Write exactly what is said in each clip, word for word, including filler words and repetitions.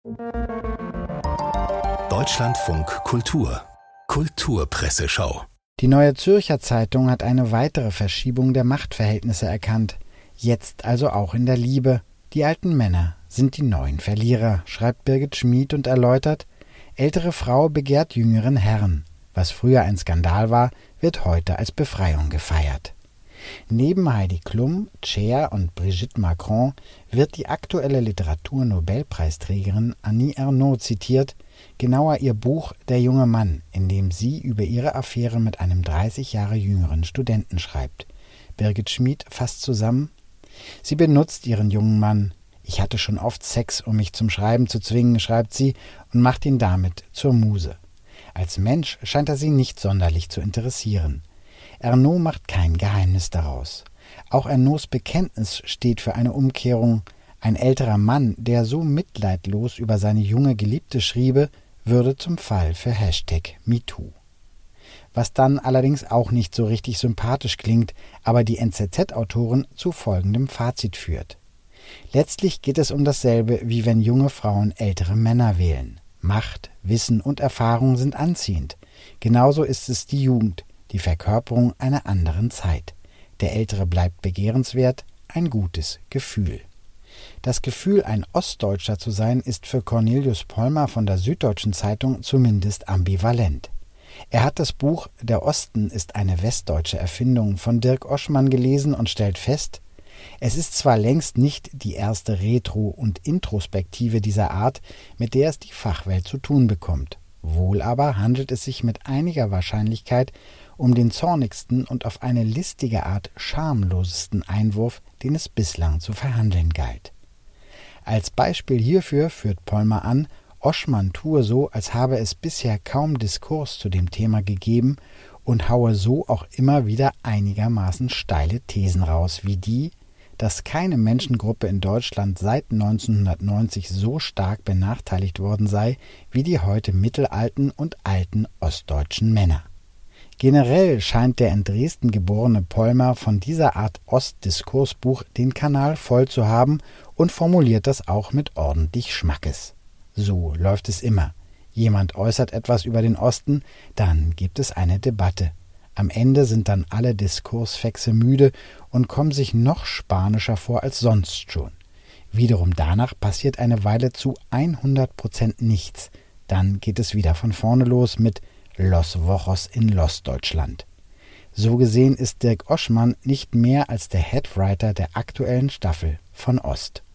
Deutschlandfunk Kultur Kulturpresseschau. Die Neue Zürcher Zeitung hat eine weitere Verschiebung der Machtverhältnisse erkannt. Jetzt also auch in der Liebe. Die alten Männer sind die neuen Verlierer, schreibt Birgit Schmid und erläutert: Ältere Frau begehrt jüngeren Herrn. Was früher ein Skandal war, wird heute als Befreiung gefeiert. Neben Heidi Klum, Cher und Brigitte Macron wird die aktuelle Literaturnobelpreisträgerin Annie Ernaux zitiert, genauer ihr Buch »Der junge Mann«, in dem sie über ihre Affäre mit einem dreißig Jahre jüngeren Studenten schreibt. Birgit Schmid fasst zusammen: Sie benutzt ihren jungen Mann. Ich hatte schon oft Sex, um mich zum Schreiben zu zwingen, schreibt sie, und macht ihn damit zur Muse. Als Mensch scheint er sie nicht sonderlich zu interessieren. Ernaux macht kein Geheimnis daraus. Auch Ernaux Bekenntnis steht für eine Umkehrung. Ein älterer Mann, der so mitleidlos über seine junge Geliebte schriebe, würde zum Fall für Hashtag MeToo. Was dann allerdings auch nicht so richtig sympathisch klingt, aber die N Z Z-Autorin zu folgendem Fazit führt. Letztlich geht es um dasselbe, wie wenn junge Frauen ältere Männer wählen. Macht, Wissen und Erfahrung sind anziehend. Genauso ist es die Jugend, die Verkörperung einer anderen Zeit. Der Ältere bleibt begehrenswert, ein gutes Gefühl. Das Gefühl, ein Ostdeutscher zu sein, ist für Cornelius Pollmer von der Süddeutschen Zeitung zumindest ambivalent. Er hat das Buch »Der Osten ist eine westdeutsche Erfindung« von Dirk Oschmann gelesen und stellt fest: Es ist zwar längst nicht die erste Retro- und Introspektive dieser Art, mit der es die Fachwelt zu tun bekommt. Wohl aber handelt es sich mit einiger Wahrscheinlichkeit um den zornigsten und auf eine listige Art schamlosesten Einwurf, den es bislang zu verhandeln galt. Als Beispiel hierfür führt Pollmer an, Oschmann tue so, als habe es bisher kaum Diskurs zu dem Thema gegeben und haue so auch immer wieder einigermaßen steile Thesen raus, wie die, dass keine Menschengruppe in Deutschland seit neunzehnhundertneunzig so stark benachteiligt worden sei wie die heute mittelalten und alten ostdeutschen Männer. Generell scheint der in Dresden geborene Pollmer von dieser Art Ostdiskursbuch den Kanal voll zu haben und formuliert das auch mit ordentlich Schmackes. So läuft es immer. Jemand äußert etwas über den Osten, dann gibt es eine Debatte. Am Ende sind dann alle Diskursfexe müde und kommen sich noch spanischer vor als sonst schon. Wiederum danach passiert eine Weile zu hundert Prozent nichts. Dann geht es wieder von vorne los mit Los Wochos in Lostdeutschland. So gesehen ist Dirk Oschmann nicht mehr als der Headwriter der aktuellen Staffel von Ost.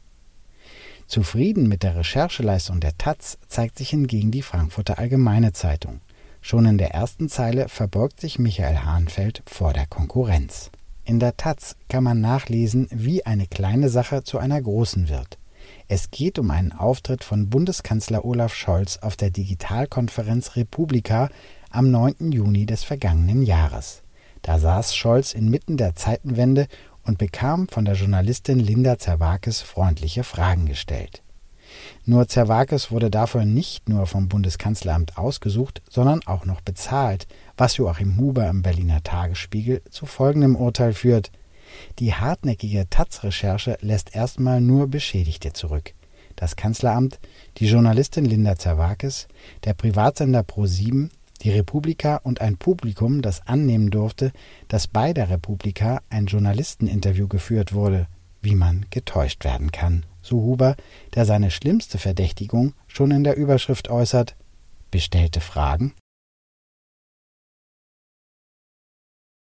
Zufrieden mit der Rechercheleistung der Taz zeigt sich hingegen die Frankfurter Allgemeine Zeitung. Schon in der ersten Zeile verbeugt sich Michael Hahnfeld vor der Konkurrenz. In der Taz kann man nachlesen, wie eine kleine Sache zu einer großen wird. Es geht um einen Auftritt von Bundeskanzler Olaf Scholz auf der Digitalkonferenz Republika am neunten Juni des vergangenen Jahres. Da saß Scholz inmitten der Zeitenwende und bekam von der Journalistin Linda Zerwakis freundliche Fragen gestellt. Nur Zerwakis wurde dafür nicht nur vom Bundeskanzleramt ausgesucht, sondern auch noch bezahlt, was Joachim Huber im Berliner Tagesspiegel zu folgendem Urteil führt: Die hartnäckige Taz-Recherche lässt erstmal nur Beschädigte zurück. Das Kanzleramt, die Journalistin Linda Zerwakis, der Privatsender ProSieben, die Republika und ein Publikum, das annehmen durfte, dass bei der Republika ein Journalisteninterview geführt wurde. Wie man getäuscht werden kann, so Huber, der seine schlimmste Verdächtigung schon in der Überschrift äußert: Bestellte Fragen?